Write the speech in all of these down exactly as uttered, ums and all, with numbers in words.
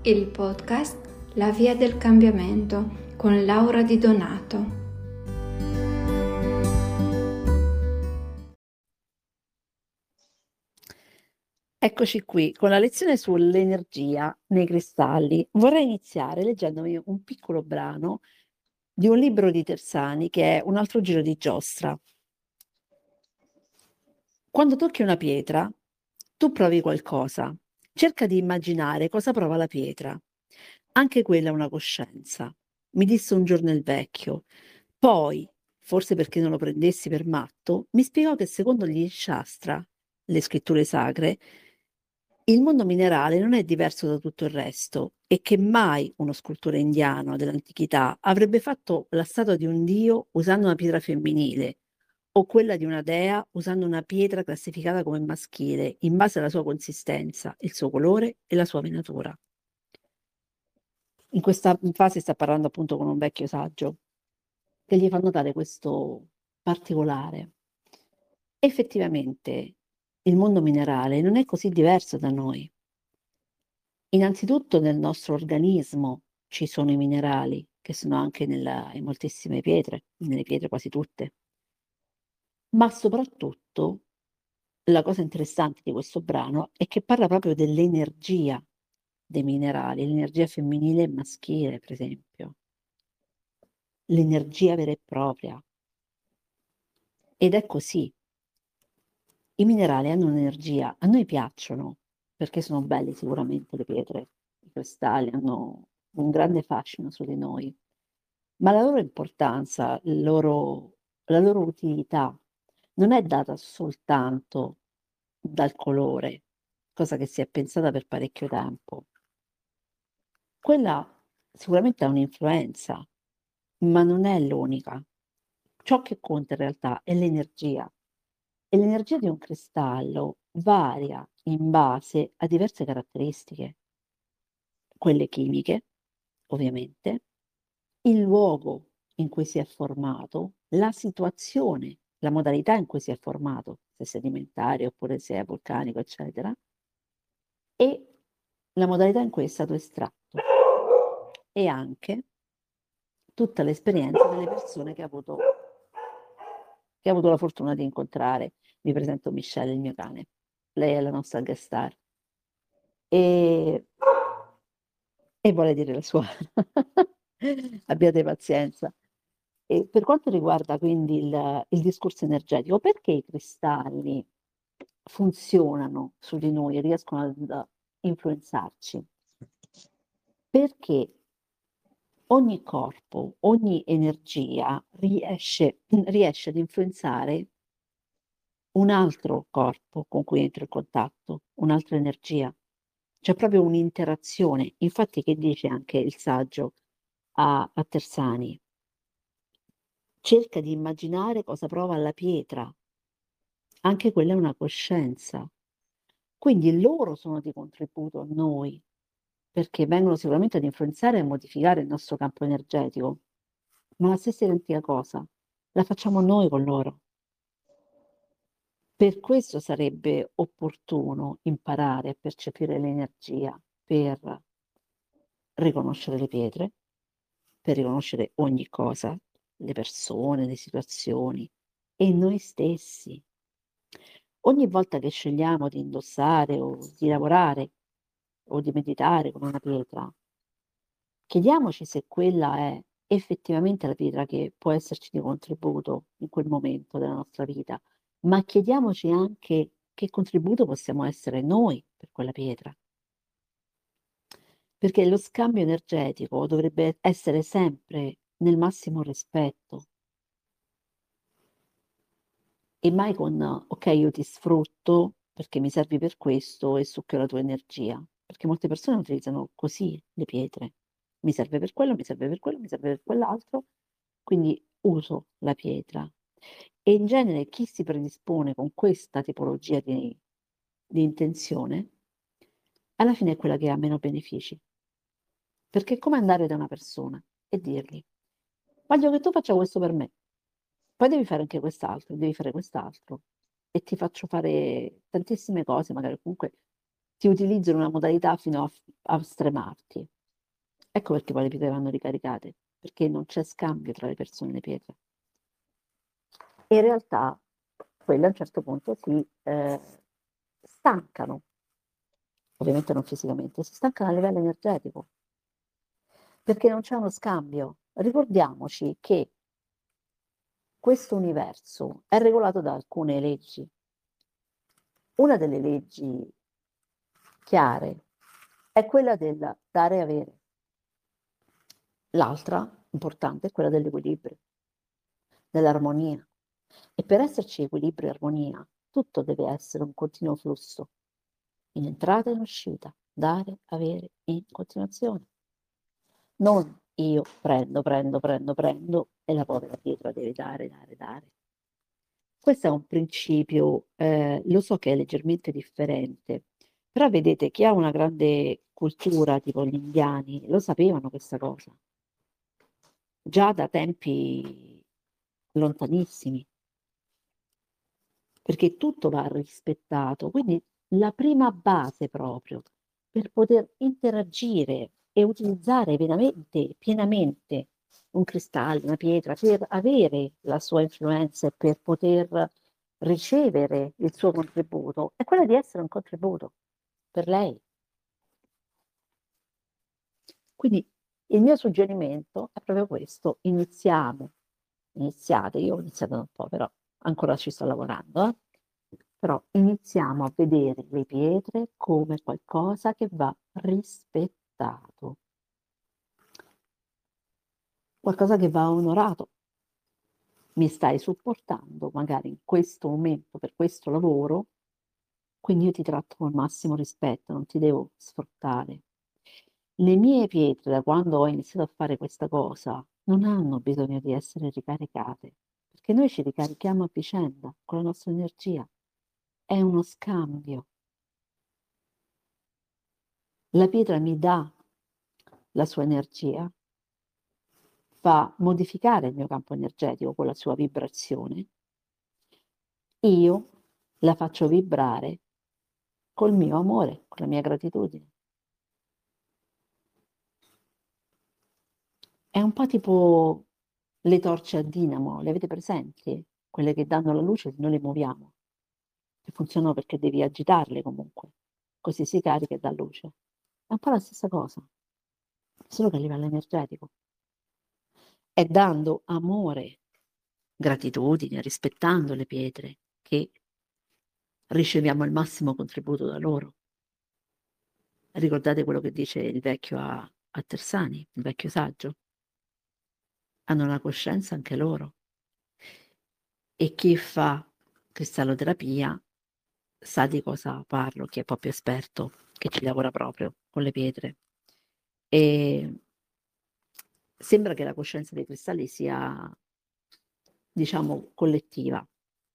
il podcast La Via del Cambiamento con Laura Di Donato. Eccoci qui con la lezione sull'energia nei cristalli. Vorrei iniziare leggendovi un piccolo brano di un libro di Tersani che è Un altro giro di giostra. Quando tocchi una pietra, tu provi qualcosa. Cerca di immaginare cosa prova la pietra. Anche quella è una coscienza, mi disse un giorno il vecchio. Poi, forse perché non lo prendessi per matto, mi spiegò che secondo gli Shastra, le scritture sacre, il mondo minerale non è diverso da tutto il resto e che mai uno scultore indiano dell'antichità avrebbe fatto la statua di un dio usando una pietra femminile o quella di una dea usando una pietra classificata come maschile in base alla sua consistenza, il suo colore e la sua venatura. In questa fase sta parlando appunto con un vecchio saggio che gli fa notare questo particolare. Effettivamente il mondo minerale non è così diverso da noi. Innanzitutto nel nostro organismo ci sono i minerali, che sono anche nella, in moltissime pietre, nelle pietre quasi tutte. Ma soprattutto la cosa interessante di questo brano è che parla proprio dell'energia dei minerali, l'energia femminile e maschile, per esempio, l'energia vera e propria. Ed è così. I minerali hanno un'energia, a noi piacciono, perché sono belli sicuramente le pietre, i cristalli hanno un grande fascino su di noi, ma la loro importanza, il loro- la loro utilità non è data soltanto dal colore, cosa che si è pensata per parecchio tempo. Quella sicuramente ha un'influenza, ma non è l'unica. Ciò che conta in realtà è l'energia. E l'energia di un cristallo varia in base a diverse caratteristiche, quelle chimiche, ovviamente, il luogo in cui si è formato, la situazione, la modalità in cui si è formato, se è sedimentario oppure se è vulcanico, eccetera, e la modalità in cui è stato estratto e anche tutta l'esperienza delle persone che ha avuto, che ha avuto la fortuna di incontrare. Mi presento Michelle, il mio cane. Lei è la nostra guest star. E, e vuole dire la sua. Abbiate pazienza. E per quanto riguarda quindi il, il discorso energetico, perché i cristalli funzionano su di noi e riescono ad influenzarci? Perché ogni corpo, ogni energia riesce, riesce ad influenzare un altro corpo con cui entra in contatto, un'altra energia. C'è proprio un'interazione. Infatti, che dice anche il saggio a, a Tersani? Cerca di immaginare cosa prova la pietra. Anche quella è una coscienza. Quindi loro sono di contributo a noi, perché vengono sicuramente ad influenzare e modificare il nostro campo energetico. Ma la stessa identica cosa la facciamo noi con loro. Per questo sarebbe opportuno imparare a percepire l'energia per riconoscere le pietre, per riconoscere ogni cosa, le persone, le situazioni e noi stessi. Ogni volta che scegliamo di indossare o di lavorare o di meditare con una pietra, chiediamoci se quella è effettivamente la pietra che può esserci di contributo in quel momento della nostra vita, ma chiediamoci anche che contributo possiamo essere noi per quella pietra. Perché lo scambio energetico dovrebbe essere sempre nel massimo rispetto e mai con ok, io ti sfrutto perché mi servi per questo e succhio la tua energia. Perché molte persone utilizzano così le pietre. Mi serve per quello, mi serve per quello, mi serve per quell'altro, quindi uso la pietra. E in genere chi si predispone con questa tipologia di, di intenzione, alla fine è quella che ha meno benefici. Perché è come andare da una persona e dirgli, voglio che tu faccia questo per me, poi devi fare anche quest'altro, devi fare quest'altro e ti faccio fare tantissime cose, magari comunque ti utilizzo in una modalità fino a, a stremarti. Ecco perché poi le pietre vanno ricaricate, perché non c'è scambio tra le persone e le pietre. E in realtà quelle a un certo punto si eh, stancano, ovviamente non fisicamente, si stancano a livello energetico, perché non c'è uno scambio. Ricordiamoci che questo universo è regolato da alcune leggi. Una delle leggi chiare è quella del dare e avere. L'altra importante è quella dell'equilibrio, dell'armonia. E per esserci equilibrio e armonia, tutto deve essere un continuo flusso, in entrata e in uscita, dare, avere, in continuazione. Non io prendo, prendo, prendo, prendo e la povera pietra deve dare, dare, dare. Questo è un principio, eh, lo so che è leggermente differente, però vedete, chi ha una grande cultura, tipo gli indiani, lo sapevano questa cosa, già da tempi lontanissimi, perché tutto va rispettato. Quindi la prima base proprio per poter interagire e utilizzare pienamente, pienamente un cristallo, una pietra, per avere la sua influenza e per poter ricevere il suo contributo, è quella di essere un contributo per lei. Quindi il mio suggerimento è proprio questo: iniziamo, iniziate, io ho iniziato da un po', però ancora ci sto lavorando, eh? Però iniziamo a vedere le pietre come qualcosa che va rispettato, qualcosa che va onorato. Mi stai supportando magari in questo momento per questo lavoro, quindi io ti tratto con il massimo rispetto, non ti devo sfruttare. Le mie pietre, da quando ho iniziato a fare questa cosa, non hanno bisogno di essere ricaricate, perché noi ci ricarichiamo a vicenda con la nostra energia. È uno scambio. La pietra mi dà la sua energia, fa modificare il mio campo energetico con la sua vibrazione. Io la faccio vibrare col mio amore, con la mia gratitudine. È un po' tipo le torce a dinamo, le avete presenti? Quelle che danno la luce se noi le muoviamo. Che funzionano perché devi agitarle comunque, così si carica e dà luce. È un po' la stessa cosa, solo che a livello energetico. È dando amore, gratitudine, rispettando le pietre, che riceviamo il massimo contributo da loro. Ricordate quello che dice il vecchio a, a Tersani, il vecchio saggio? Hanno una coscienza anche loro. E chi fa cristalloterapia sa di cosa parlo, chi è un po' più esperto, che ci lavora proprio con le pietre. E sembra che la coscienza dei cristalli sia, diciamo, collettiva.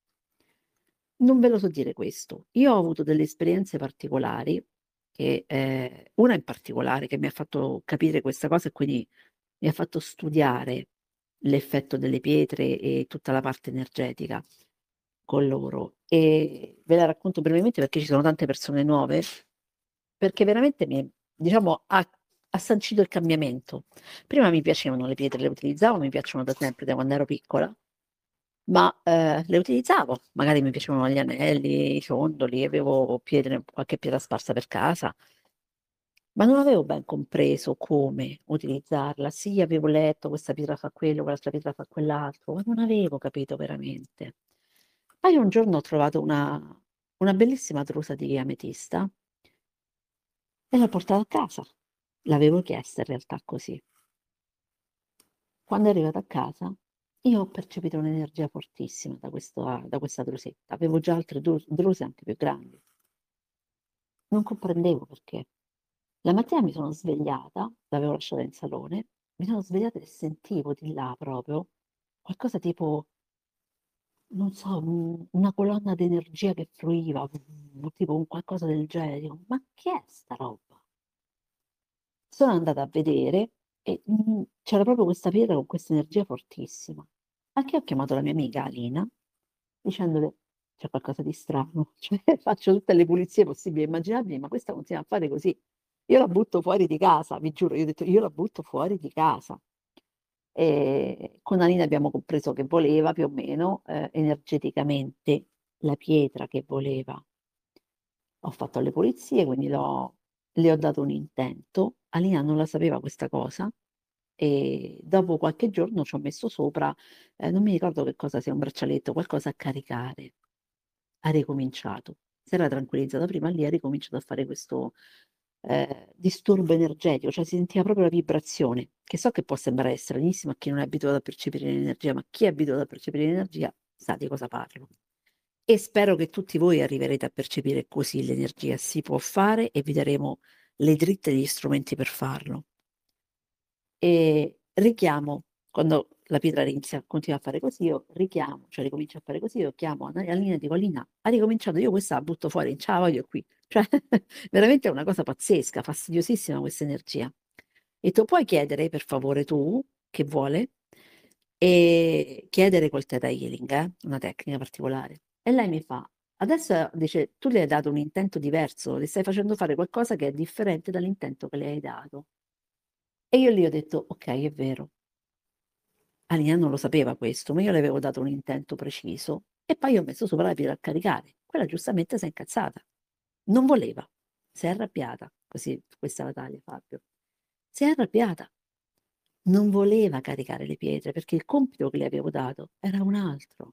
Non ve lo so dire questo. Io ho avuto delle esperienze particolari, che, eh, una in particolare che mi ha fatto capire questa cosa e quindi mi ha fatto studiare l'effetto delle pietre e tutta la parte energetica con loro. E ve la racconto brevemente perché ci sono tante persone nuove, perché veramente mi, diciamo, ha, ha sancito il cambiamento. Prima mi piacevano le pietre, le utilizzavo, mi piacciono da sempre, da quando ero piccola, ma eh, le utilizzavo, magari mi piacevano gli anelli, i ciondoli, avevo pietre, qualche pietra sparsa per casa, ma non avevo ben compreso come utilizzarla. Sì, avevo letto questa pietra fa quello, quell'altra pietra fa quell'altro, ma non avevo capito veramente. Poi un giorno ho trovato una, una bellissima trusa di ametista e l'ho portata a casa. L'avevo chiesta in realtà così. Quando è arrivata a casa, io ho percepito un'energia fortissima da, questo- da questa drusetta. Avevo già altre dru- druse anche più grandi. Non comprendevo perché. La mattina mi sono svegliata, l'avevo lasciata in salone, mi sono svegliata e sentivo di là proprio qualcosa tipo, non so, un- una colonna di energia che fluiva, un- tipo un qualcosa del genere. Dico, ma che è sta roba? Sono andata a vedere e mm, c'era proprio questa pietra con questa energia fortissima. Anche ho chiamato la mia amica Alina dicendole, c'è qualcosa di strano, cioè faccio tutte le pulizie possibili e immaginabili, ma questa continua a fare così. Io la butto fuori di casa, vi giuro, io ho detto io la butto fuori di casa. E con Alina abbiamo compreso che voleva più o meno eh, energeticamente la pietra che voleva. Ho fatto le pulizie, quindi l'ho- le ho dato un intento. Alina non la sapeva questa cosa e dopo qualche giorno ci ho messo sopra, eh, non mi ricordo che cosa sia, un braccialetto, qualcosa a caricare. Ha ricominciato. Si era tranquillizzata prima, lì ha ricominciato a fare questo eh, disturbo energetico, cioè si sentiva proprio la vibrazione, che so che può sembrare stranissimo a chi non è abituato a percepire l'energia, ma chi è abituato a percepire l'energia sa di cosa parlo. E spero che tutti voi arriverete a percepire così l'energia. Si può fare e vi daremo le dritte e gli strumenti per farlo. E richiamo, quando la pietra inizia, continua a fare così, io richiamo, cioè ricomincia a fare così, io chiamo Annalina e dico, Alina, ha ricominciato, io questa la butto fuori, ciao, voglio qui. Cioè, veramente è una cosa pazzesca, fastidiosissima questa energia. E tu puoi chiedere, per favore, tu, che vuole, e chiedere col Theta Healing, eh, una tecnica particolare. E lei mi fa, adesso dice, tu le hai dato un intento diverso, le stai facendo fare qualcosa che è differente dall'intento che le hai dato. E io lì ho detto, ok, è vero. Alina non lo sapeva questo, ma io le avevo dato un intento preciso e poi ho messo sopra la pietra a caricare. Quella giustamente si è incazzata. Non voleva. Si è arrabbiata. Così, questa è la taglia, Fabio. Si è arrabbiata. Non voleva caricare le pietre perché il compito che le avevo dato era un altro.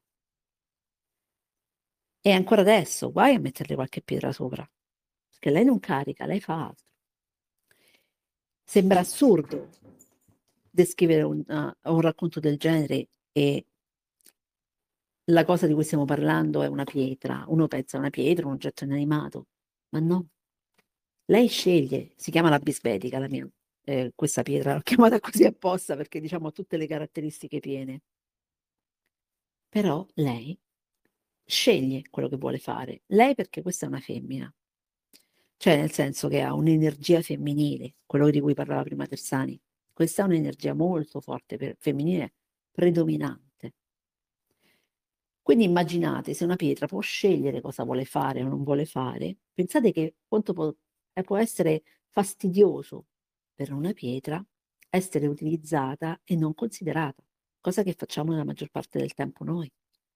E ancora adesso, guai a metterle qualche pietra sopra. Perché lei non carica, lei fa altro. Sembra assurdo descrivere un, uh, un racconto del genere e la cosa di cui stiamo parlando è una pietra. Uno pensa a una pietra, un oggetto inanimato, ma no. Lei sceglie, si chiama la bisbetica, la mia, eh, questa pietra, l'ho chiamata così apposta perché diciamo ha tutte le caratteristiche piene. Però lei sceglie quello che vuole fare. Lei perché questa è una femmina, cioè nel senso che ha un'energia femminile, quello di cui parlava prima Tersani. Questa è un'energia molto forte, per, femminile, predominante. Quindi immaginate se una pietra può scegliere cosa vuole fare o non vuole fare, pensate che quanto può, eh, può essere fastidioso per una pietra essere utilizzata e non considerata, cosa che facciamo nella maggior parte del tempo noi.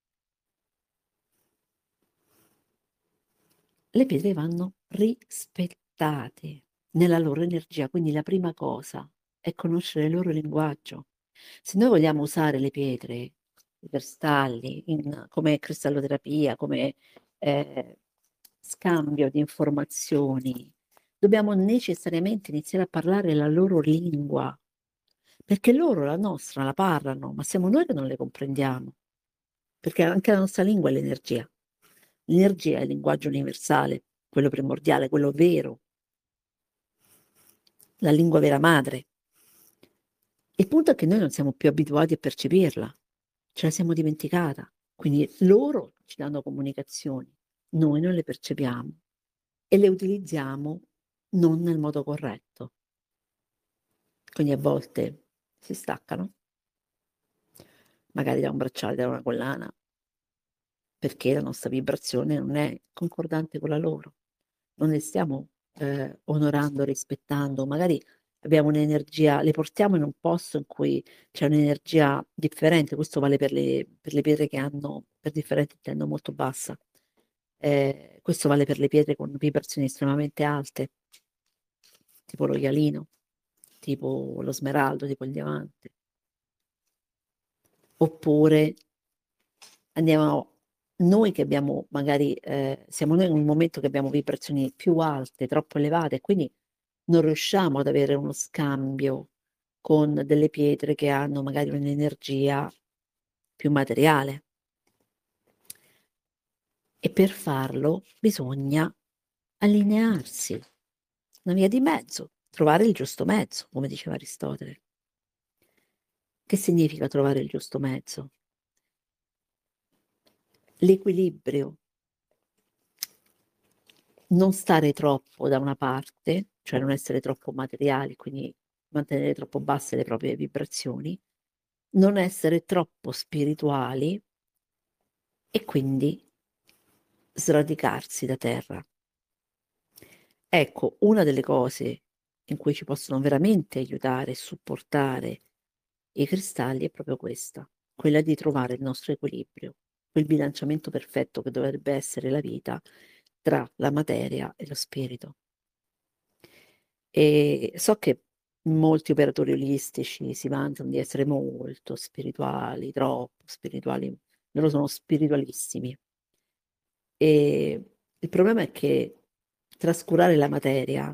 Le pietre vanno rispettate nella loro energia, quindi la prima cosa è conoscere il loro linguaggio. Se noi vogliamo usare le pietre, i cristalli, in- come cristalloterapia, come eh, scambio di informazioni, dobbiamo necessariamente iniziare a parlare la loro lingua, perché loro la nostra la parlano, ma siamo noi che non le comprendiamo, perché anche la nostra lingua è l'energia. L'energia è il linguaggio universale, quello primordiale, quello vero, la lingua vera madre. Il punto è che noi non siamo più abituati a percepirla, ce la siamo dimenticata. Quindi loro ci danno comunicazioni, noi non le percepiamo e le utilizziamo non nel modo corretto. Quindi a volte si staccano, magari da un bracciale, da una collana, perché la nostra vibrazione non è concordante con la loro. Non le stiamo eh, onorando, rispettando, magari abbiamo un'energia, le portiamo in un posto in cui c'è un'energia differente, questo vale per le, per le pietre che hanno, per differenti intendo molto bassa. Eh, questo vale per le pietre con vibrazioni estremamente alte, tipo lo ialino, tipo lo smeraldo, tipo il diamante. Oppure andiamo noi che abbiamo magari, eh, siamo noi in un momento che abbiamo vibrazioni più alte, troppo elevate, e quindi non riusciamo ad avere uno scambio con delle pietre che hanno magari un'energia più materiale. E per farlo bisogna allinearsi, una via di mezzo, trovare il giusto mezzo, come diceva Aristotele. Che significa trovare il giusto mezzo? L'equilibrio, non stare troppo da una parte, cioè non essere troppo materiali, quindi mantenere troppo basse le proprie vibrazioni, non essere troppo spirituali e quindi sradicarsi da terra. Ecco, una delle cose in cui ci possono veramente aiutare e supportare i cristalli è proprio questa, quella di trovare il nostro equilibrio, quel bilanciamento perfetto che dovrebbe essere la vita tra la materia e lo spirito. E so che molti operatori olistici si vantano di essere molto spirituali, troppo spirituali, loro sono spiritualissimi. E il problema è che trascurare la materia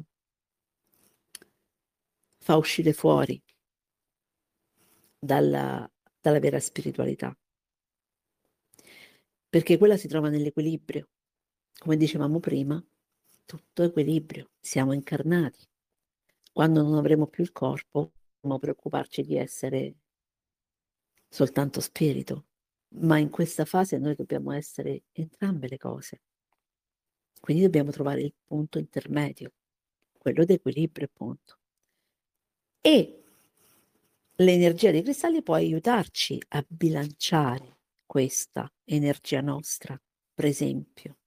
fa uscire fuori dalla, dalla vera spiritualità, perché quella si trova nell'equilibrio. Come dicevamo prima, tutto equilibrio, siamo incarnati. Quando non avremo più il corpo, dobbiamo preoccuparci di essere soltanto spirito, ma in questa fase noi dobbiamo essere entrambe le cose. Quindi dobbiamo trovare il punto intermedio, quello di equilibrio, appunto. E l'energia dei cristalli può aiutarci a bilanciare questa energia nostra, per esempio.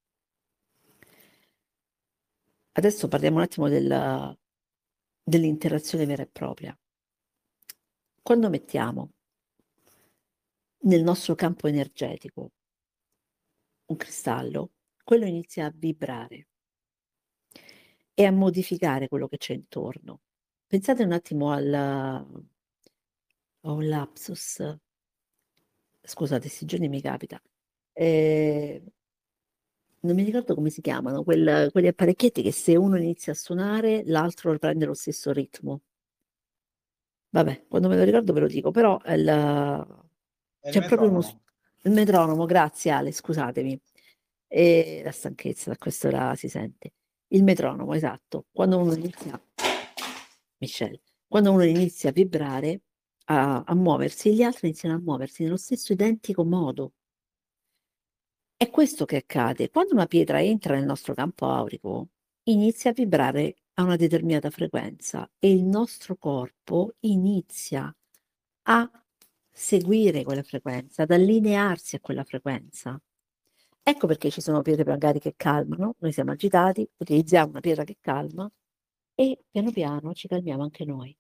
Adesso parliamo un attimo della, dell'interazione vera e propria. Quando mettiamo nel nostro campo energetico un cristallo, quello inizia a vibrare e a modificare quello che c'è intorno. Pensate un attimo al... Ho un lapsus. Scusate, questi giorni mi capita. Eh, non mi ricordo come si chiamano, quel- quegli apparecchietti che se uno inizia a suonare, l'altro prende lo stesso ritmo. Vabbè, quando me lo ricordo ve lo dico, però è il- È il c'è proprio uno... s- metronomo. Il metronomo, grazie Ale, scusatemi. E la stanchezza, da quest'ora si sente. Il metronomo, esatto. Quando uno inizia, Michelle, quando uno inizia a vibrare, a, a muoversi, gli altri iniziano a muoversi nello stesso identico modo. È questo che accade. Quando una pietra entra nel nostro campo aurico, inizia a vibrare a una determinata frequenza e il nostro corpo inizia a seguire quella frequenza, ad allinearsi a quella frequenza. Ecco perché ci sono pietre magari che calmano, noi siamo agitati, utilizziamo una pietra che calma e piano piano ci calmiamo anche noi.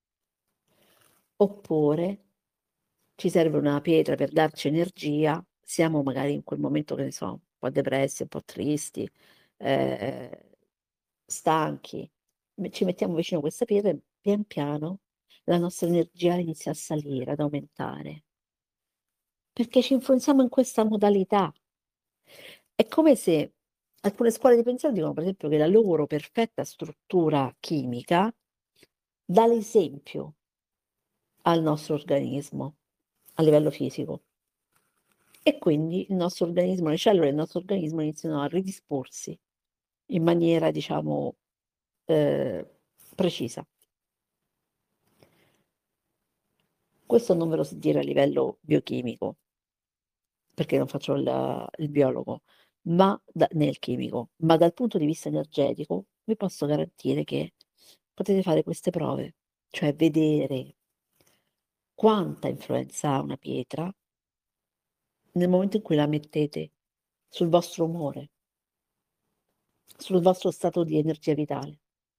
Oppure ci serve una pietra per darci energia, siamo magari in quel momento che ne so, un po' depressi, un po' tristi, eh, stanchi, Me- ci mettiamo vicino a questa pietra e pian piano la nostra energia inizia a salire, ad aumentare, perché ci influenziamo in questa modalità. È come se alcune scuole di pensiero dicono, per esempio, che la loro perfetta struttura chimica dà l'esempio al nostro organismo a livello fisico. E quindi il nostro organismo, le cellule del nostro organismo iniziano a ridisporsi in maniera, diciamo, eh, precisa. Questo non ve lo so dire a livello biochimico, perché non faccio il, il biologo, ma da- né il chimico, ma dal punto di vista energetico vi posso garantire che potete fare queste prove, cioè vedere quanta influenza ha una pietra nel momento in cui la mettete sul vostro umore, sul vostro stato di energia vitale.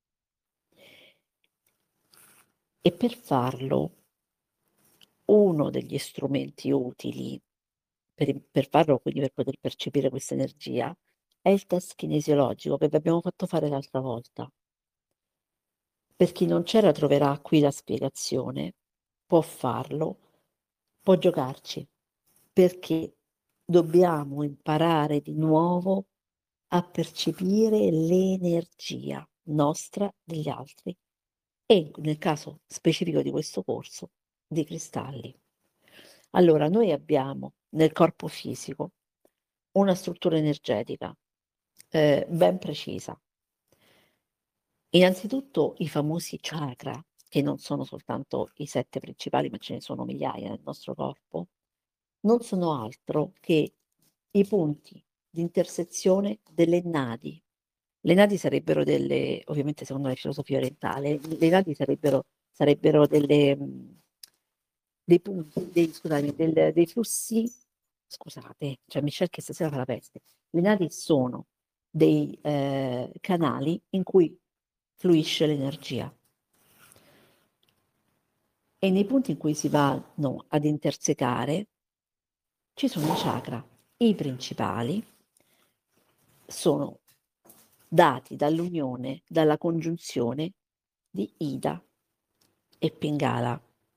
E per farlo, uno degli strumenti utili per, per farlo, quindi per poter percepire questa energia, è il test kinesiologico che vi abbiamo fatto fare l'altra volta. Per chi non c'era troverà qui la spiegazione, può farlo, può giocarci, perché dobbiamo imparare di nuovo a percepire l'energia nostra degli altri e nel caso specifico di questo corso di cristalli. Allora, noi abbiamo nel corpo fisico una struttura energetica eh, ben precisa. Innanzitutto i famosi chakra, che non sono soltanto i sette principali, ma ce ne sono migliaia nel nostro corpo, non sono altro che i punti di intersezione delle nadi. Le nadi sarebbero delle, ovviamente secondo la filosofia orientale, le nadi sarebbero, sarebbero delle, mh, dei punti, dei, scusami, del- dei flussi scusate, cioè Michelle che stasera fa la peste. Le nadi sono dei eh, canali in cui fluisce l'energia. E nei punti in cui si vanno ad intersecare ci sono i chakra. I principali sono dati dall'unione, dalla congiunzione di Ida e Pingala,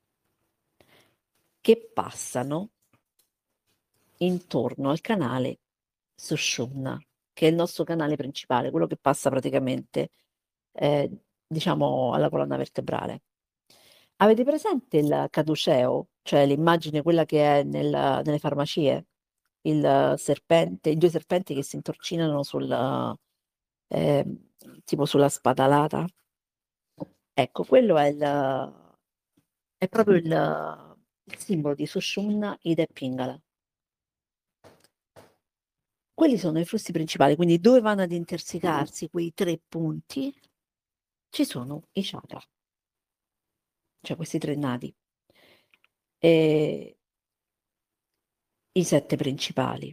che passano intorno al canale Sushumna, che è il nostro canale principale, quello che passa praticamente, eh, diciamo, alla colonna vertebrale. Avete presente il caduceo, cioè l'immagine, quella che è nel- nelle farmacie? Il serpente, i due serpenti che si intorcinano sul, eh, tipo sulla spadalata? Ecco, quello è, il, è proprio il, il simbolo di Sushumna ed è Pingala. Quelli sono i flussi principali, quindi dove vanno ad intersecarsi quei tre punti ci sono i chakra, cioè questi tre nadi, e i sette principali.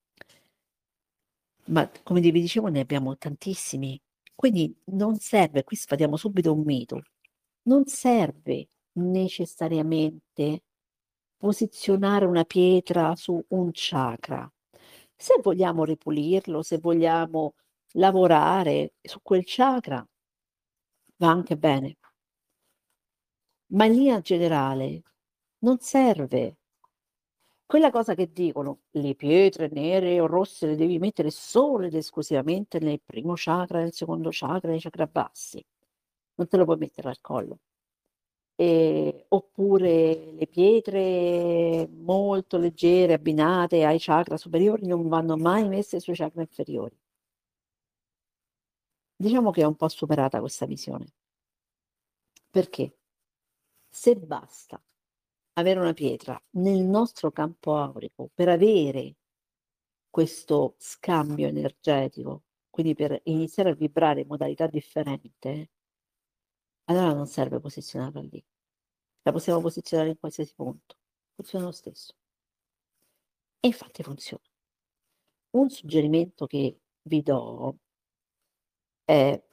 Ma come vi dicevo ne abbiamo tantissimi, quindi non serve, qui sfatiamo subito un mito, non serve necessariamente posizionare una pietra su un chakra. Se vogliamo ripulirlo, se vogliamo lavorare su quel chakra, va anche bene. Ma in linea generale non serve. Quella cosa che dicono, le pietre nere o rosse le devi mettere solo ed esclusivamente nel primo chakra, nel secondo chakra, nei chakra bassi. Non te lo puoi mettere al collo. E- oppure le pietre molto leggere abbinate ai chakra superiori non vanno mai messe sui chakra inferiori. Diciamo che è un po' superata questa visione. Perché? Se basta avere una pietra nel nostro campo aurico per avere questo scambio energetico, quindi per iniziare a vibrare in modalità differente, allora non serve posizionarla lì. La possiamo posizionare in qualsiasi punto. Funziona lo stesso. E infatti funziona. Un suggerimento che vi do è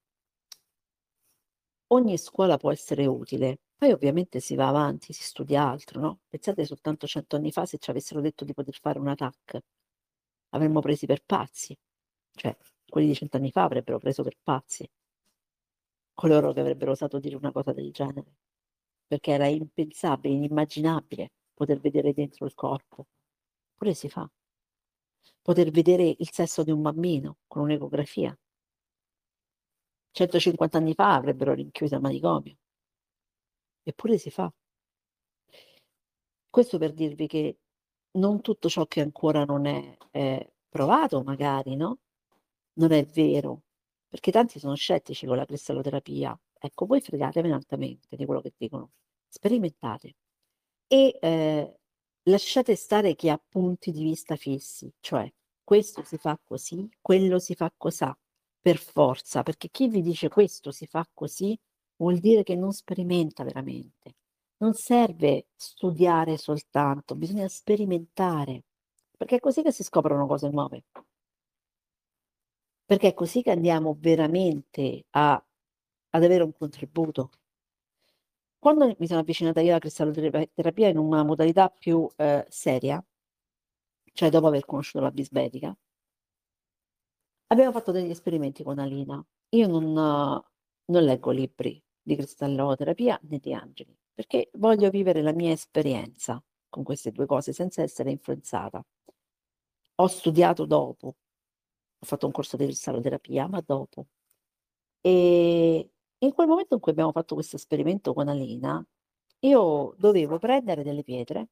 ogni scuola può essere utile. Poi ovviamente si va avanti, si studia altro, no? Pensate soltanto cento anni fa se ci avessero detto di poter fare un attack, avremmo presi per pazzi. Cioè, quelli di cento anni fa avrebbero preso per pazzi coloro che avrebbero osato dire una cosa del genere, perché era impensabile, inimmaginabile poter vedere dentro il corpo. Eppure si fa. Poter vedere il sesso di un bambino con un'ecografia. centocinquanta anni fa avrebbero rinchiuso al manicomio. Eppure si fa. Questo per dirvi che non tutto ciò che ancora non è eh, provato, magari, no? Non è vero, perché tanti sono scettici con la cristalloterapia. Ecco, voi fregatevene altamente di quello che dicono. Sperimentate e eh, lasciate stare chi ha punti di vista fissi, cioè questo si fa così, quello si fa cosà, per forza, perché chi vi dice questo si fa così vuol dire che non sperimenta veramente. Non serve studiare soltanto, bisogna sperimentare, perché è così che si scoprono cose nuove, perché è così che andiamo veramente a- ad avere un contributo. Quando mi sono avvicinata io alla cristalloterapia in una modalità più eh, seria, cioè dopo aver conosciuto la bisbetica, abbiamo fatto degli esperimenti con Alina. Io non, eh, non leggo libri di cristalloterapia né di angeli, perché voglio vivere la mia esperienza con queste due cose senza essere influenzata. Ho studiato dopo, ho fatto un corso di cristalloterapia, ma dopo. E in quel momento in cui abbiamo fatto questo esperimento con Alina, io dovevo prendere delle pietre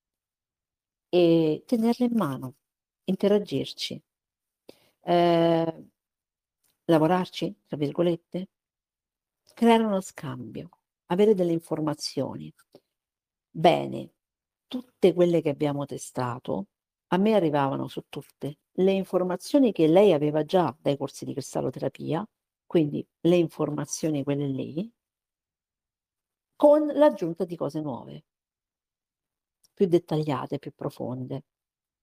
e tenerle in mano, interagirci, eh, lavorarci, tra virgolette, creare uno scambio, avere delle informazioni. Bene, tutte quelle che abbiamo testato, a me arrivavano su tutte le informazioni che lei aveva già dai corsi di cristalloterapia, quindi le informazioni quelle lì, con l'aggiunta di cose nuove, più dettagliate, più profonde.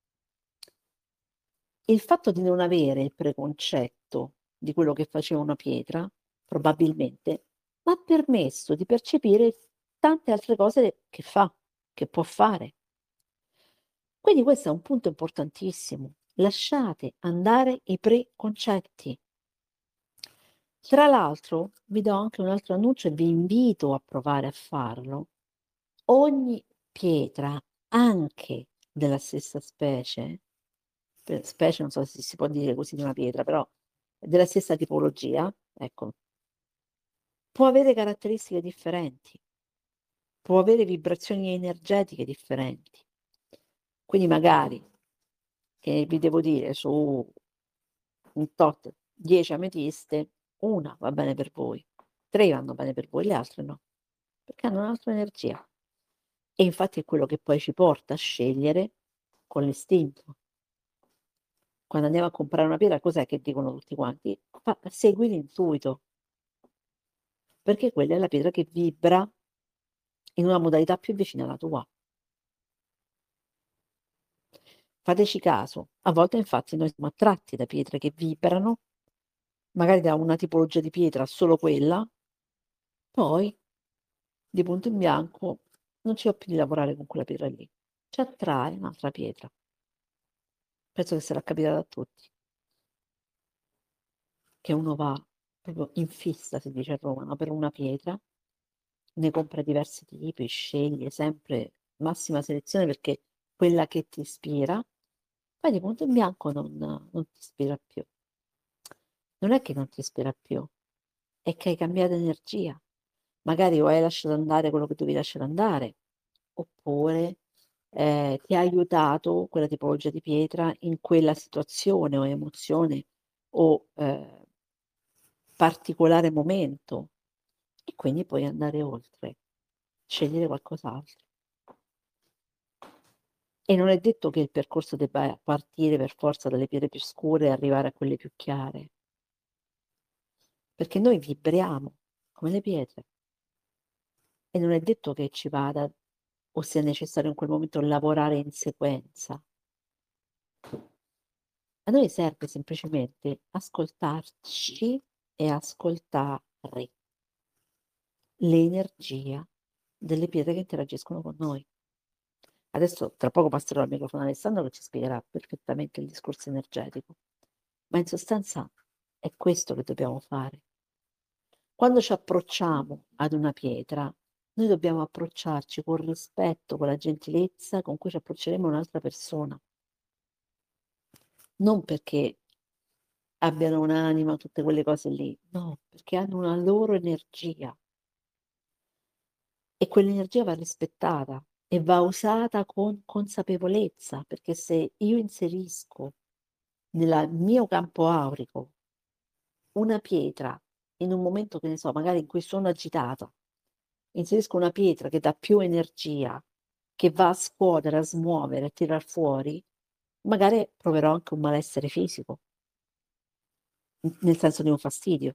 Il fatto di non avere il preconcetto di quello che faceva una pietra, probabilmente, m'ha permesso di percepire tante altre cose che fa, che può fare. Quindi questo è un punto importantissimo. Lasciate andare i preconcetti. Tra l'altro, vi do anche un altro annuncio e vi invito a provare a farlo. Ogni pietra, anche della stessa specie, per specie non so se si può dire così di una pietra, però della stessa tipologia, ecco, può avere caratteristiche differenti, può avere vibrazioni energetiche differenti. Quindi magari, che vi devo dire, su un tot, dieci ametiste, una va bene per voi, tre vanno bene per voi, le altre no, perché hanno un'altra energia. E infatti è quello che poi ci porta a scegliere con l'istinto. Quando andiamo a comprare una pietra, cos'è che dicono tutti quanti? Fa segui l'intuito, perché quella è la pietra che vibra in una modalità più vicina alla tua. Fateci caso, a volte infatti noi siamo attratti da pietre che vibrano, magari da una tipologia di pietra, solo quella, poi di punto in bianco non ci va più di lavorare con quella pietra lì. Ci attrae un'altra pietra. Penso che sarà capitato a tutti. Che uno va proprio in fissa, si dice a Roma, no? Per una pietra, ne compra diversi tipi, sceglie sempre massima selezione perché quella che ti ispira, poi di punto in bianco non, non ti ispira più. Non è che non ti ispira più, è che hai cambiato energia. Magari o hai lasciato andare quello che dovevi lasciare andare, oppure eh, ti ha aiutato quella tipologia di pietra in quella situazione o emozione o eh, particolare momento e quindi puoi andare oltre, scegliere qualcos'altro. E non è detto che il percorso debba partire per forza dalle pietre più scure e arrivare a quelle più chiare, perché noi vibriamo come le pietre e non è detto che ci vada o sia necessario in quel momento lavorare in sequenza. A noi serve semplicemente ascoltarci e ascoltare l'energia delle pietre che interagiscono con noi. Adesso tra poco passerò al microfono a Alessandro che ci spiegherà perfettamente il discorso energetico, ma in sostanza è questo che dobbiamo fare. Quando ci approcciamo ad una pietra, noi dobbiamo approcciarci con rispetto, con la gentilezza con cui ci approcceremo a un'altra persona. Non perché abbiano un'anima, tutte quelle cose lì, no, perché hanno una loro energia e quell'energia va rispettata e va usata con consapevolezza, perché se io inserisco nel mio campo aurico una pietra in un momento che ne so, magari in cui sono agitata, inserisco una pietra che dà più energia, che va a scuotere, a smuovere, a tirar fuori, magari proverò anche un malessere fisico, nel senso di un fastidio.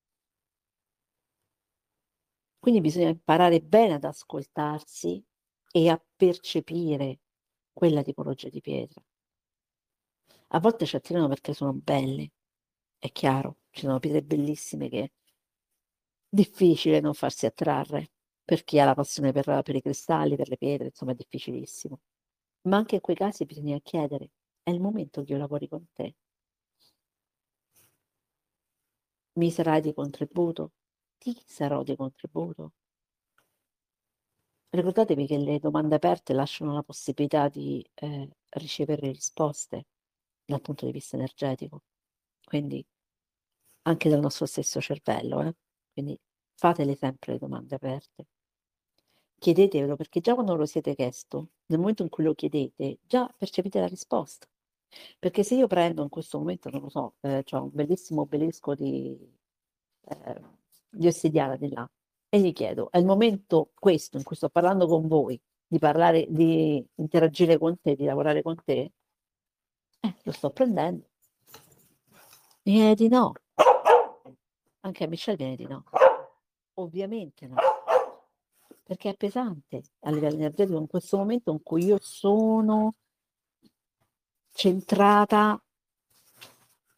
Quindi bisogna imparare bene ad ascoltarsi e a percepire quella tipologia di pietra. A volte ci attirano perché sono belle, è chiaro, ci sono pietre bellissime che è difficile non farsi attrarre per chi ha la passione per, per i cristalli, per le pietre, insomma è difficilissimo. Ma anche in quei casi bisogna chiedere, è il momento che io lavori con te? Mi sarai di contributo? Ti sarò di contributo? Ricordatevi che le domande aperte lasciano la possibilità di eh, ricevere risposte dal punto di vista energetico, quindi anche dal nostro stesso cervello, eh? Quindi fatele sempre le domande aperte. Chiedetevelo perché già quando lo siete chiesto, nel momento in cui lo chiedete, già percepite la risposta. Perché se io prendo in questo momento, non lo so, eh, c'ho un bellissimo obelisco di, eh, di ossidiana di là e gli chiedo, è il momento questo in cui sto parlando con voi, di parlare, di interagire con te, di lavorare con te? Eh, lo sto prendendo. Mi viene di no. Anche a Michelle viene di no. Ovviamente no. Perché è pesante a livello energetico in questo momento in cui io sono centrata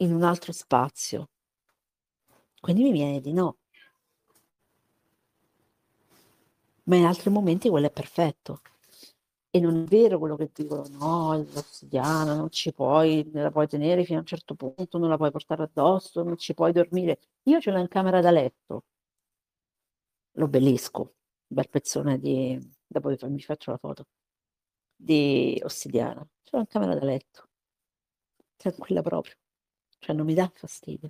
in un altro spazio. Quindi mi viene di no. Ma in altri momenti quello è perfetto. E non è vero quello che dicono, no, l'ossidiana non ci puoi, la puoi tenere fino a un certo punto, non la puoi portare addosso, non ci puoi dormire. Io ce l'ho in camera da letto, l'obelisco, bel pezzone di, dopo vi fa- vi faccio la foto, di ossidiana. Ce l'ho in camera da letto, tranquilla proprio, cioè non mi dà fastidio,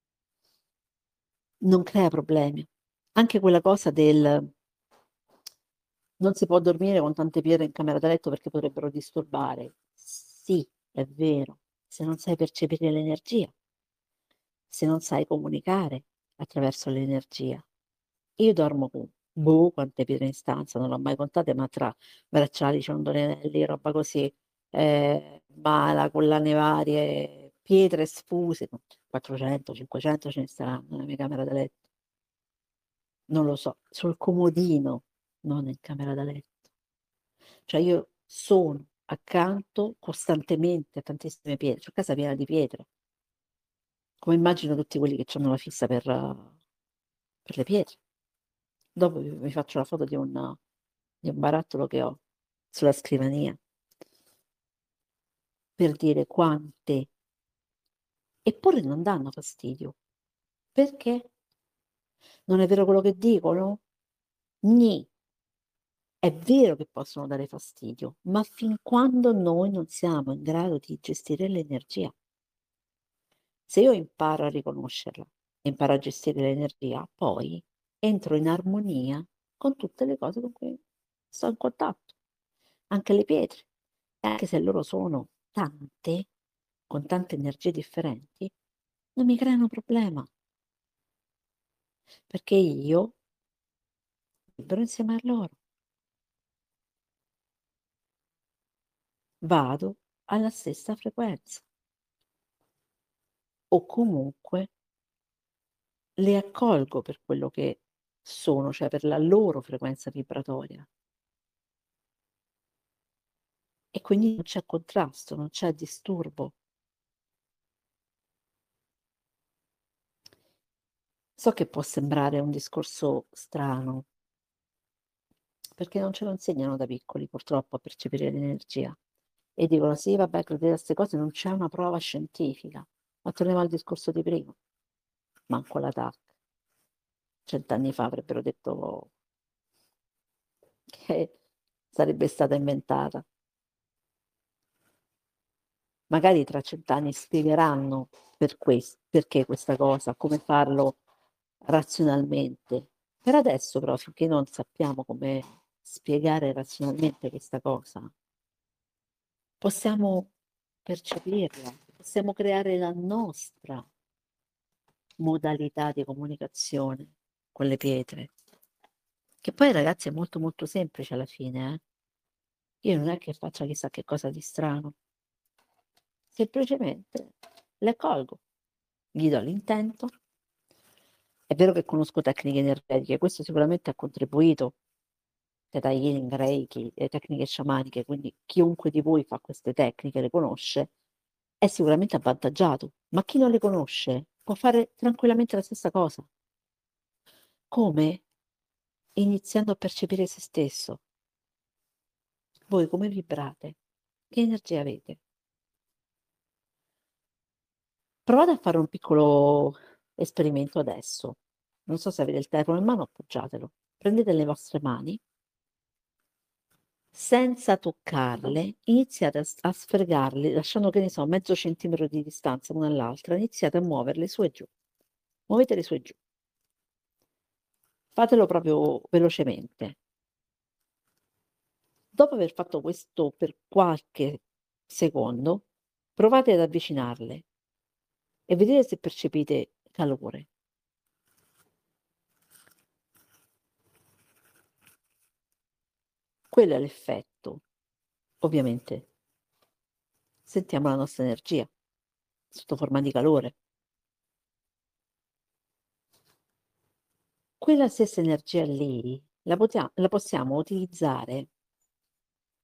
non crea problemi. Anche quella cosa del non si può dormire con tante pietre in camera da letto perché potrebbero disturbare. Sì, è vero, se non sai percepire l'energia, se non sai comunicare attraverso l'energia. Io dormo con boh, quante pietre in stanza, non l'ho mai contate, ma tra bracciali, ciondoli, anelli, roba così, eh, mala, collane varie, pietre sfuse, quattrocento, cinquecento ce ne saranno nella mia camera da letto. Non lo so, sul comodino, non in camera da letto. Cioè io sono accanto costantemente a tantissime pietre, c'ho casa piena di pietre, come immagino tutti quelli che hanno la fissa per, eh, per le pietre. Dopo vi, vi faccio la foto di un, di un barattolo che ho sulla scrivania per dire quante, eppure non danno fastidio. Perché? Non è vero quello che dicono? Nì. È vero che possono dare fastidio, ma fin quando noi non siamo in grado di gestire l'energia. Se io imparo a riconoscerla, imparo a gestire l'energia, poi entro in armonia con tutte le cose con cui sto in contatto, anche le pietre. E anche se loro sono tante, con tante energie differenti, non mi creano problema, perché io vibro insieme a loro, vado alla stessa frequenza o comunque le accolgo per quello che sono, cioè per la loro frequenza vibratoria. E quindi non c'è contrasto, non c'è disturbo. So che può sembrare un discorso strano, perché non ce lo insegnano da piccoli, purtroppo, a percepire l'energia. E dicono, sì, vabbè, credete a queste cose, non c'è una prova scientifica. Ma torniamo al discorso di prima. Manco la T A C. Cent'anni fa avrebbero detto che sarebbe stata inventata. Magari tra cent'anni spiegheranno per questo, perché questa cosa, come farlo razionalmente. Per adesso però, finché non sappiamo come spiegare razionalmente questa cosa, possiamo percepirla, possiamo creare la nostra modalità di comunicazione con le pietre, che poi ragazzi è molto molto semplice alla fine, eh? Io non è che faccia chissà che cosa di strano, semplicemente le accolgo, gli do l'intento. È vero che conosco tecniche energetiche, questo sicuramente ha contribuito, Theta Healing, Reiki, le tecniche sciamaniche, quindi chiunque di voi fa queste tecniche, le conosce, è sicuramente avvantaggiato, ma chi non le conosce può fare tranquillamente la stessa cosa. Come? Iniziando a percepire se stesso. Voi come vibrate? Che energia avete? Provate a fare un piccolo esperimento adesso. Non so se avete il telefono in mano, appoggiatelo. Prendete le vostre mani, senza toccarle, iniziate a, s- a sfregarle, lasciando che ne so, mezzo centimetro di distanza l'una all'altra, iniziate a muoverle su e giù. Muovetele su e giù. Fatelo proprio velocemente. Dopo aver fatto questo per qualche secondo, provate ad avvicinarle e vedete se percepite calore. Quello è l'effetto. Ovviamente sentiamo la nostra energia sotto forma di calore. Quella stessa energia lì la, potia- la possiamo utilizzare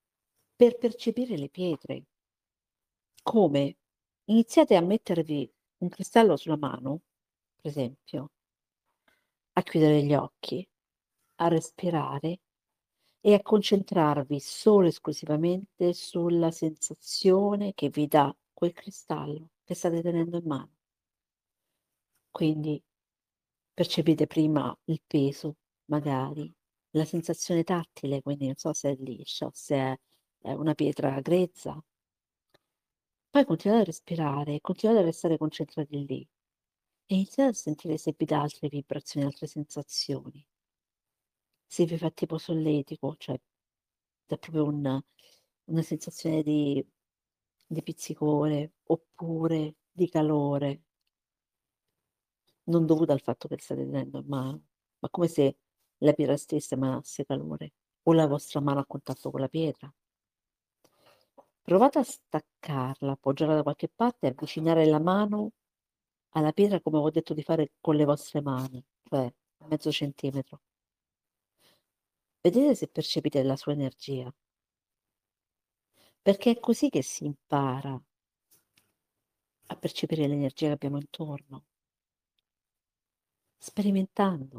per percepire le pietre. Come? Iniziate a mettervi un cristallo sulla mano, per esempio, a chiudere gli occhi, a respirare e a concentrarvi solo e esclusivamente sulla sensazione che vi dà quel cristallo che state tenendo in mano. Quindi percepite prima il peso, magari, la sensazione tattile, quindi non so se è liscia o se è è una pietra grezza. Poi continuate a respirare, continuate a restare concentrati lì e iniziate a sentire se vi dà altre vibrazioni, altre sensazioni. Se vi fa tipo solletico, cioè dà proprio un una sensazione di di pizzicore oppure di calore. Non dovuta al fatto che state tenendo in mano, ma come se la pietra stessa emanasse calore o la vostra mano a contatto con la pietra. Provate a staccarla, appoggiarla da qualche parte e avvicinare la mano alla pietra come ho detto di fare con le vostre mani, cioè mezzo centimetro. Vedete se percepite la sua energia, perché è così che si impara a percepire l'energia che abbiamo intorno, sperimentando.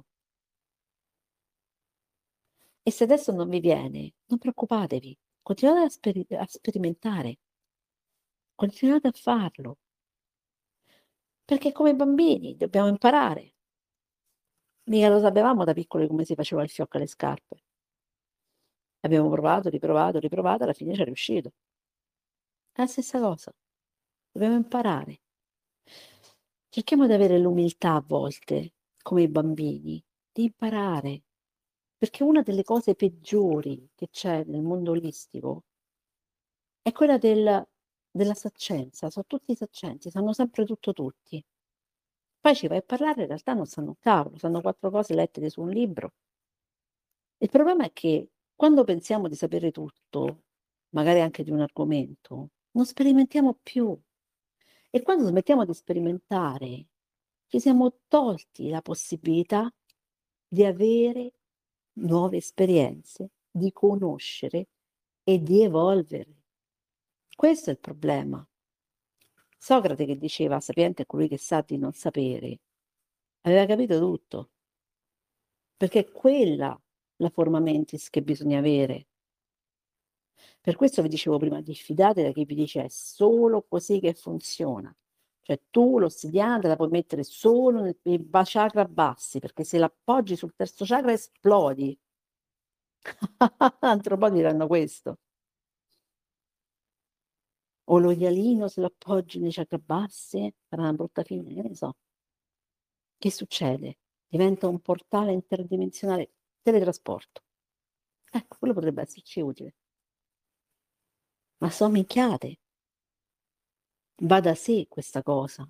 E se adesso non vi viene, non preoccupatevi, continuate a, speri- a sperimentare, continuate a farlo, perché come bambini dobbiamo imparare. Mica lo sapevamo da piccoli come si faceva il fiocco alle scarpe. Abbiamo provato, riprovato, riprovato, alla fine ci è riuscito. È la stessa cosa, dobbiamo imparare. Cerchiamo di avere l'umiltà a volte, come i bambini, di imparare, perché una delle cose peggiori che c'è nel mondo olistico è quella del della saccenza, so' tutti saccenti, sanno sempre tutto tutti. Poi ci vai a parlare, in realtà non sanno un cavolo, sanno quattro cose lette su un libro. Il problema è che quando pensiamo di sapere tutto, magari anche di un argomento, non sperimentiamo più. E quando smettiamo di sperimentare, ci siamo tolti la possibilità di avere nuove esperienze, di conoscere e di evolvere. Questo è il problema. Socrate che diceva sapiente è colui che sa di non sapere, aveva capito tutto, perché è quella la forma mentis che bisogna avere. Per questo vi dicevo prima, diffidate da chi vi dice è solo così che funziona. Cioè tu l'ossidiana te la puoi mettere solo nei nei ba chakra bassi, perché se l'appoggi sul terzo chakra esplodi. Antropologi diranno questo. O l'oialino se lo appoggi nei chakra bassi farà una brutta fine, che ne so. Che succede? Diventa un portale interdimensionale, teletrasporto. Ecco, quello potrebbe esserci utile. Ma so' minchiate. Va da sé questa cosa.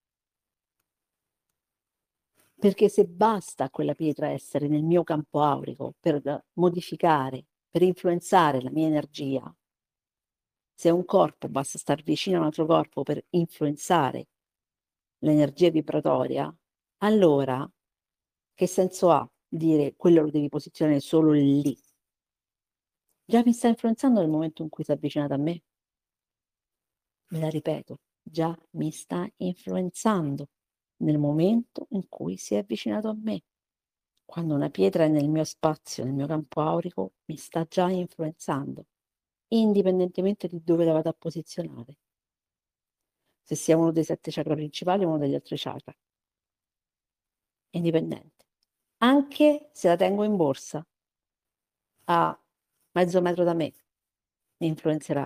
Perché se basta a quella pietra essere nel mio campo aurico per modificare, per influenzare la mia energia, se un corpo basta star vicino a un altro corpo per influenzare l'energia vibratoria, allora che senso ha dire quello lo devi posizionare solo lì? Già mi sta influenzando nel momento in cui si è avvicinata a me. Me la ripeto, già mi sta influenzando nel momento in cui si è avvicinato a me. Quando una pietra è nel mio spazio, nel mio campo aurico, mi sta già influenzando, indipendentemente di dove la vado a posizionare. Se sia uno dei sette chakra principali o uno degli altri chakra. Indipendente. Anche se la tengo in borsa a mezzo metro da me, mi influenzerà.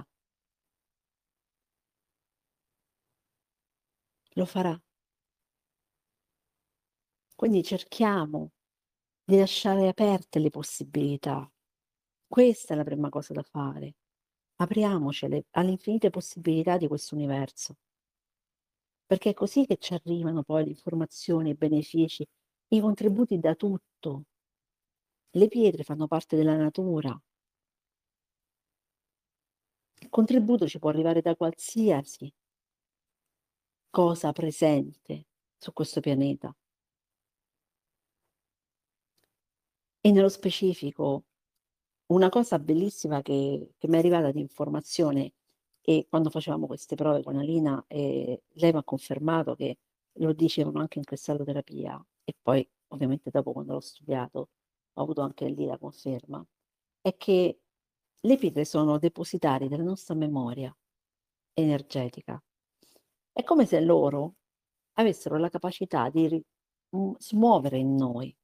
Lo farà. Quindi cerchiamo di lasciare aperte le possibilità. Questa è la prima cosa da fare. Apriamocele alle infinite possibilità di questo universo, perché è così che ci arrivano poi le informazioni, i benefici, i contributi da tutto. Le pietre fanno parte della natura. Il contributo ci può arrivare da qualsiasi cosa presente su questo pianeta. E nello specifico, una cosa bellissima che, che mi è arrivata di informazione E quando facevamo queste prove con Alina, ehm, lei m'ha confermato che lo dicevano anche in cristalloterapia, e poi ovviamente dopo quando l'ho studiato ho avuto anche lì la conferma, è che le pietre sono depositari della nostra memoria energetica. È come se loro avessero la capacità di ri mhmm, smuovere in noi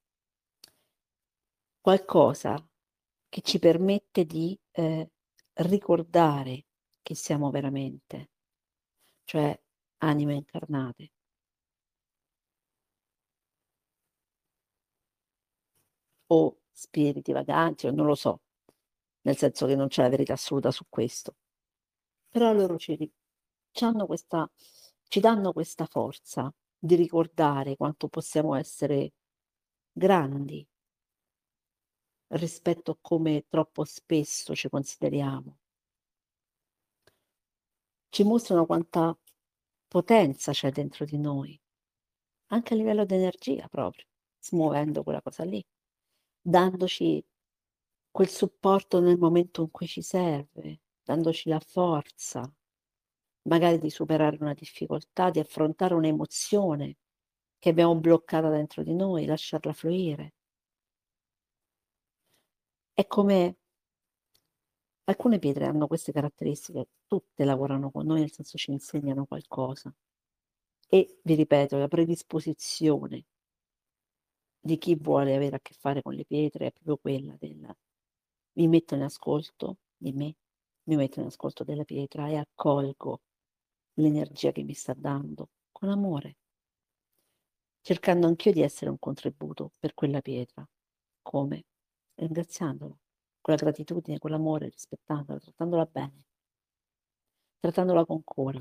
qualcosa che ci permette di, ehm, ricordare chi siamo veramente, cioè anime incarnate. O spiriti vaganti, o non lo so, nel senso che non c'è la verità assoluta su questo. Però loro ci ri c'hanno questa ci danno questa forza di ricordare quanto possiamo essere grandi rispetto a come troppo spesso ci consideriamo. Ci mostrano quanta potenza c'è dentro di noi, anche a livello di energia proprio, smuovendo quella cosa lì, dandoci quel supporto nel momento in cui ci serve, dandoci la forza, magari di superare una difficoltà, di affrontare un'emozione che abbiamo bloccata dentro di noi, lasciarla fluire. È come alcune pietre hanno queste caratteristiche, tutte lavorano con noi, nel senso ci insegnano qualcosa. E vi ripeto, la predisposizione di chi vuole avere a che fare con le pietre è proprio quella del mi metto in ascolto di me, mi metto in ascolto della pietra e accolgo l'energia che mi sta dando con amore, cercando anch'io di essere un contributo per quella pietra. Come? Ringraziandola, con la gratitudine, con l'amore, rispettandola, trattandola bene, trattandola con cura.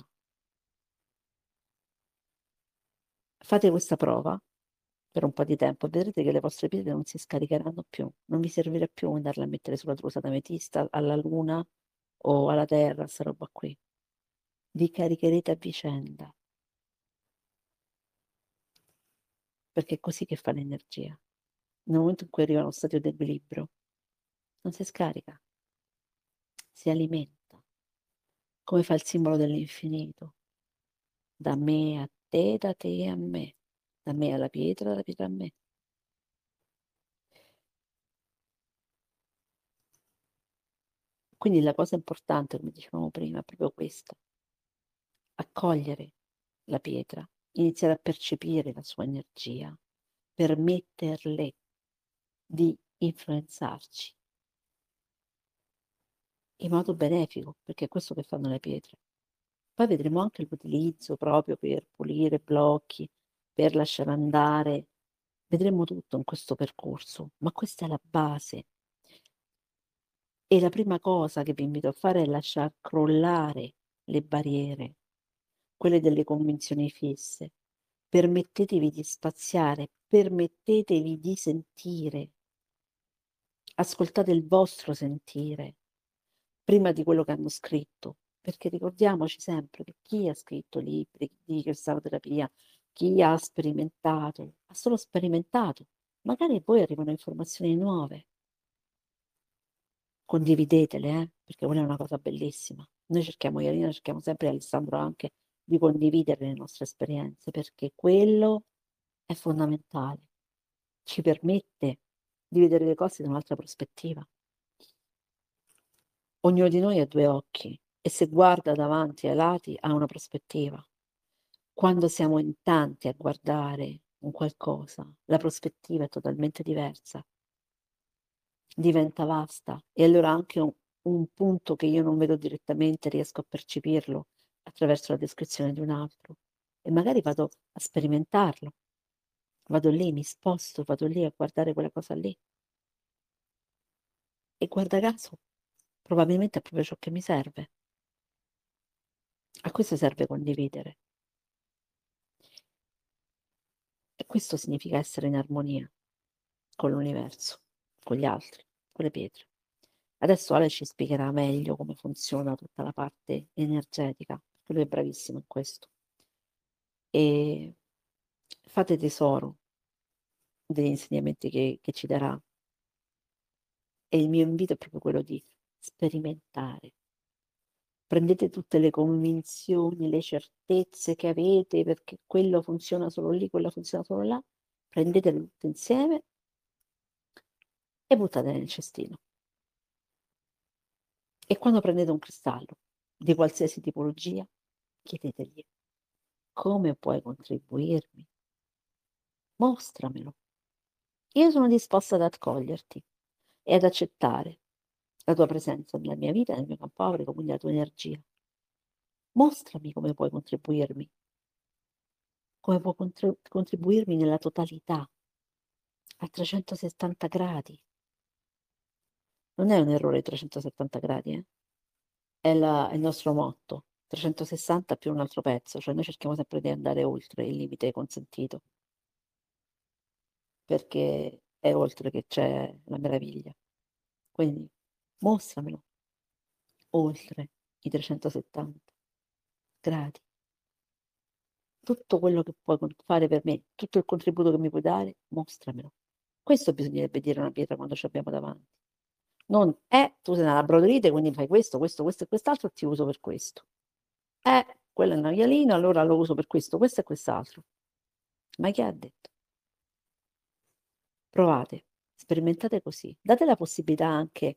Fate questa prova per un po' di tempo e vedrete che le vostre pietre non si scaricheranno più, non vi servirà più andarle a mettere sulla trusata ametista, alla luna o alla terra, sta roba qui. Vi caricherete a vicenda, perché è così che fa l'energia. Nel momento in cui arriva allo stadio di equilibrio, non si scarica, si alimenta, come fa il simbolo dell'infinito. Da me a te, da te a me, da me alla pietra, dalla pietra a me. Quindi la cosa importante, come dicevamo prima, è proprio questa: accogliere la pietra, iniziare a percepire la sua energia, permetterle di influenzarci in modo benefico, perché è questo che fanno le pietre. Poi vedremo anche l'utilizzo proprio per pulire blocchi, per lasciare andare. Vedremo tutto in questo percorso, ma questa è la base. E la prima cosa che vi invito a fare è lasciar crollare le barriere, quelle delle convinzioni fisse. Permettetevi di spaziare, permettetevi di sentire. Ascoltate il vostro sentire prima di quello che hanno scritto, perché ricordiamoci sempre che chi ha scritto libri di cristalloterapia, chi ha sperimentato, ha solo sperimentato. Magari a voi arrivano informazioni nuove. Condividetele, eh, perché quella è una cosa bellissima. Noi cerchiamo, io e Alina cerchiamo sempre, e Alessandro anche, di condividere le nostre esperienze, perché quello è fondamentale. Ci permette di vedere le cose da un'altra prospettiva. Ognuno di noi ha due occhi e se guarda davanti ai lati ha una prospettiva. Quando siamo in tanti a guardare un qualcosa, la prospettiva è totalmente diversa, diventa vasta e allora anche un, un punto che io non vedo direttamente riesco a percepirlo attraverso la descrizione di un altro e magari vado a sperimentarlo, vado lì, mi sposto, vado lì a guardare quella cosa lì e guarda caso probabilmente è proprio ciò che mi serve. A questo serve condividere. E questo significa essere in armonia con l'universo, con gli altri, con le pietre. Adesso Ale ci spiegherà meglio come funziona tutta la parte energetica, perché lui è bravissimo in questo. E fate tesoro degli insegnamenti che, che ci darà. E il mio invito è proprio quello di sperimentare, prendete tutte le convinzioni, le certezze che avete perché quello funziona solo lì, quello funziona solo là, prendetele tutte insieme e buttatele nel cestino. E quando prendete un cristallo di qualsiasi tipologia, chiedetegli: come puoi contribuirmi? Mostramelo. Io sono disposta ad accoglierti e ad accettare la tua presenza nella mia vita, nel mio campo aurico, quindi la tua energia. Mostrami come puoi contribuirmi, come puoi contri- contribuirmi nella totalità, a trecentosettanta gradi. Non è un errore trecentosettanta gradi, eh? È, la- è il nostro motto, trecentosessanta più un altro pezzo, cioè noi cerchiamo sempre di andare oltre il limite consentito, perché è oltre che c'è la meraviglia. Quindi mostramelo, oltre i trecentosettanta gradi. Tutto quello che puoi con- fare per me, tutto il contributo che mi puoi dare, mostramelo. Questo bisognerebbe dire a una pietra quando ci abbiamo davanti. Non, eh, tu sei una brodolite, quindi fai questo, questo, questo e quest'altro e ti uso per questo. Eh, quello è un avialino, allora lo uso per questo, questo e quest'altro. Ma chi ha detto? Provate, sperimentate così. Date la possibilità anche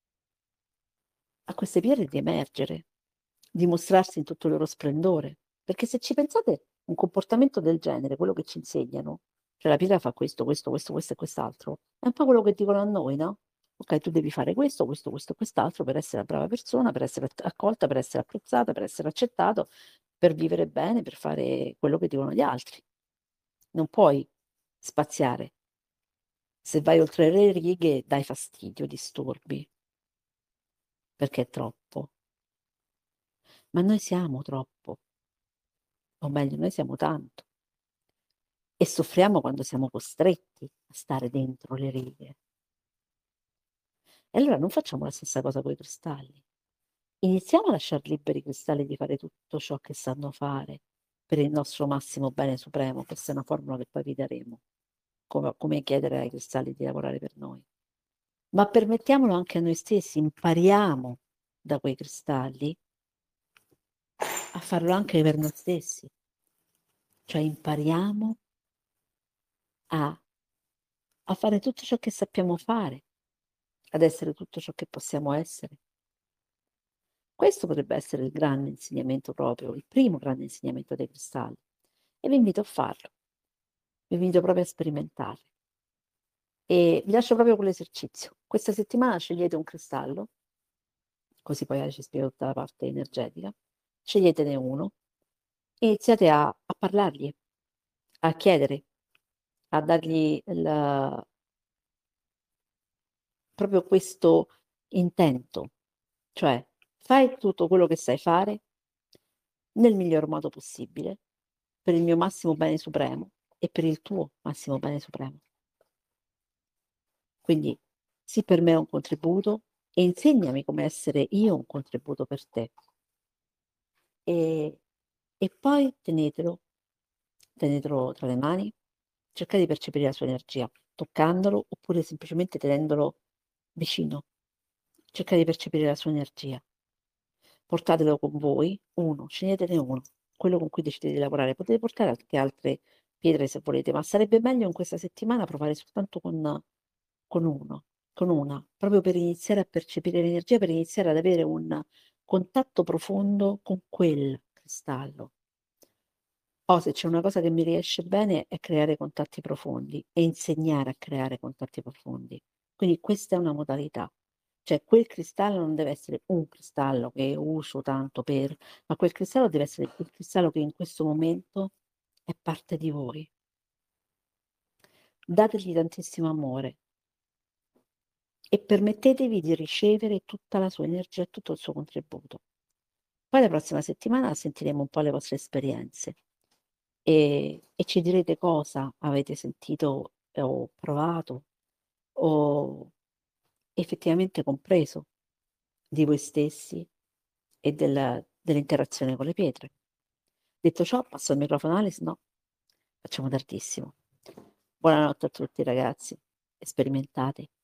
a queste pietre di emergere, di mostrarsi in tutto il loro splendore. Perché se ci pensate, un comportamento del genere, quello che ci insegnano, cioè la pietra fa questo, questo, questo, questo e quest'altro, è un po' quello che dicono a noi, no? Ok, tu devi fare questo, questo, questo e quest'altro per essere una brava persona, per essere accolta, per essere apprezzata, per essere accettato, per vivere bene, per fare quello che dicono gli altri. Non puoi spaziare. Se vai oltre le righe, dai fastidio, disturbi, perché è troppo. Ma noi siamo troppo, o meglio, noi siamo tanto. E soffriamo quando siamo costretti a stare dentro le righe. E allora non facciamo la stessa cosa con i cristalli. Iniziamo a lasciare liberi i cristalli di fare tutto ciò che sanno fare per il nostro massimo bene supremo. Questa è una formula che poi vi daremo, come, come chiedere ai cristalli di lavorare per noi. Ma permettiamolo anche a noi stessi, impariamo da quei cristalli a farlo anche per noi stessi. Cioè impariamo a, a fare tutto ciò che sappiamo fare, ad essere tutto ciò che possiamo essere. Questo potrebbe essere il grande insegnamento proprio, il primo grande insegnamento dei cristalli. E vi invito a farlo, vi invito proprio a sperimentare. E vi lascio proprio con l'esercizio. Questa settimana scegliete un cristallo, così poi ci spiego tutta la parte energetica. Sceglietene uno e iniziate a, a parlargli, a chiedere, a dargli il, proprio questo intento, cioè fai tutto quello che sai fare nel miglior modo possibile, per il mio massimo bene supremo e per il tuo massimo bene supremo. Quindi sii per me un contributo e insegnami come essere io un contributo per te. E, e poi tenetelo, tenetelo tra le mani, cercate di percepire la sua energia, toccandolo oppure semplicemente tenendolo vicino. Cercate di percepire la sua energia. Portatelo con voi, uno, sceglietene uno, quello con cui decidete di lavorare. Potete portare anche altre pietre se volete, ma sarebbe meglio in questa settimana provare soltanto con, con uno, con una, proprio per iniziare a percepire l'energia, per iniziare ad avere un contatto profondo con quel cristallo. O se c'è una cosa che mi riesce bene è creare contatti profondi e insegnare a creare contatti profondi. Quindi questa è una modalità. Cioè quel cristallo non deve essere un cristallo che uso tanto per, ma quel cristallo deve essere quel cristallo che in questo momento è parte di voi. Dategli tantissimo amore e permettetevi di ricevere tutta la sua energia e tutto il suo contributo. Poi la prossima settimana sentiremo un po' le vostre esperienze e, e ci direte cosa avete sentito o provato o effettivamente compreso di voi stessi e del- dell'interazione con le pietre. Detto ciò, passo il microfono a Alice, no, facciamo tardissimo. Buonanotte a tutti ragazzi e sperimentate.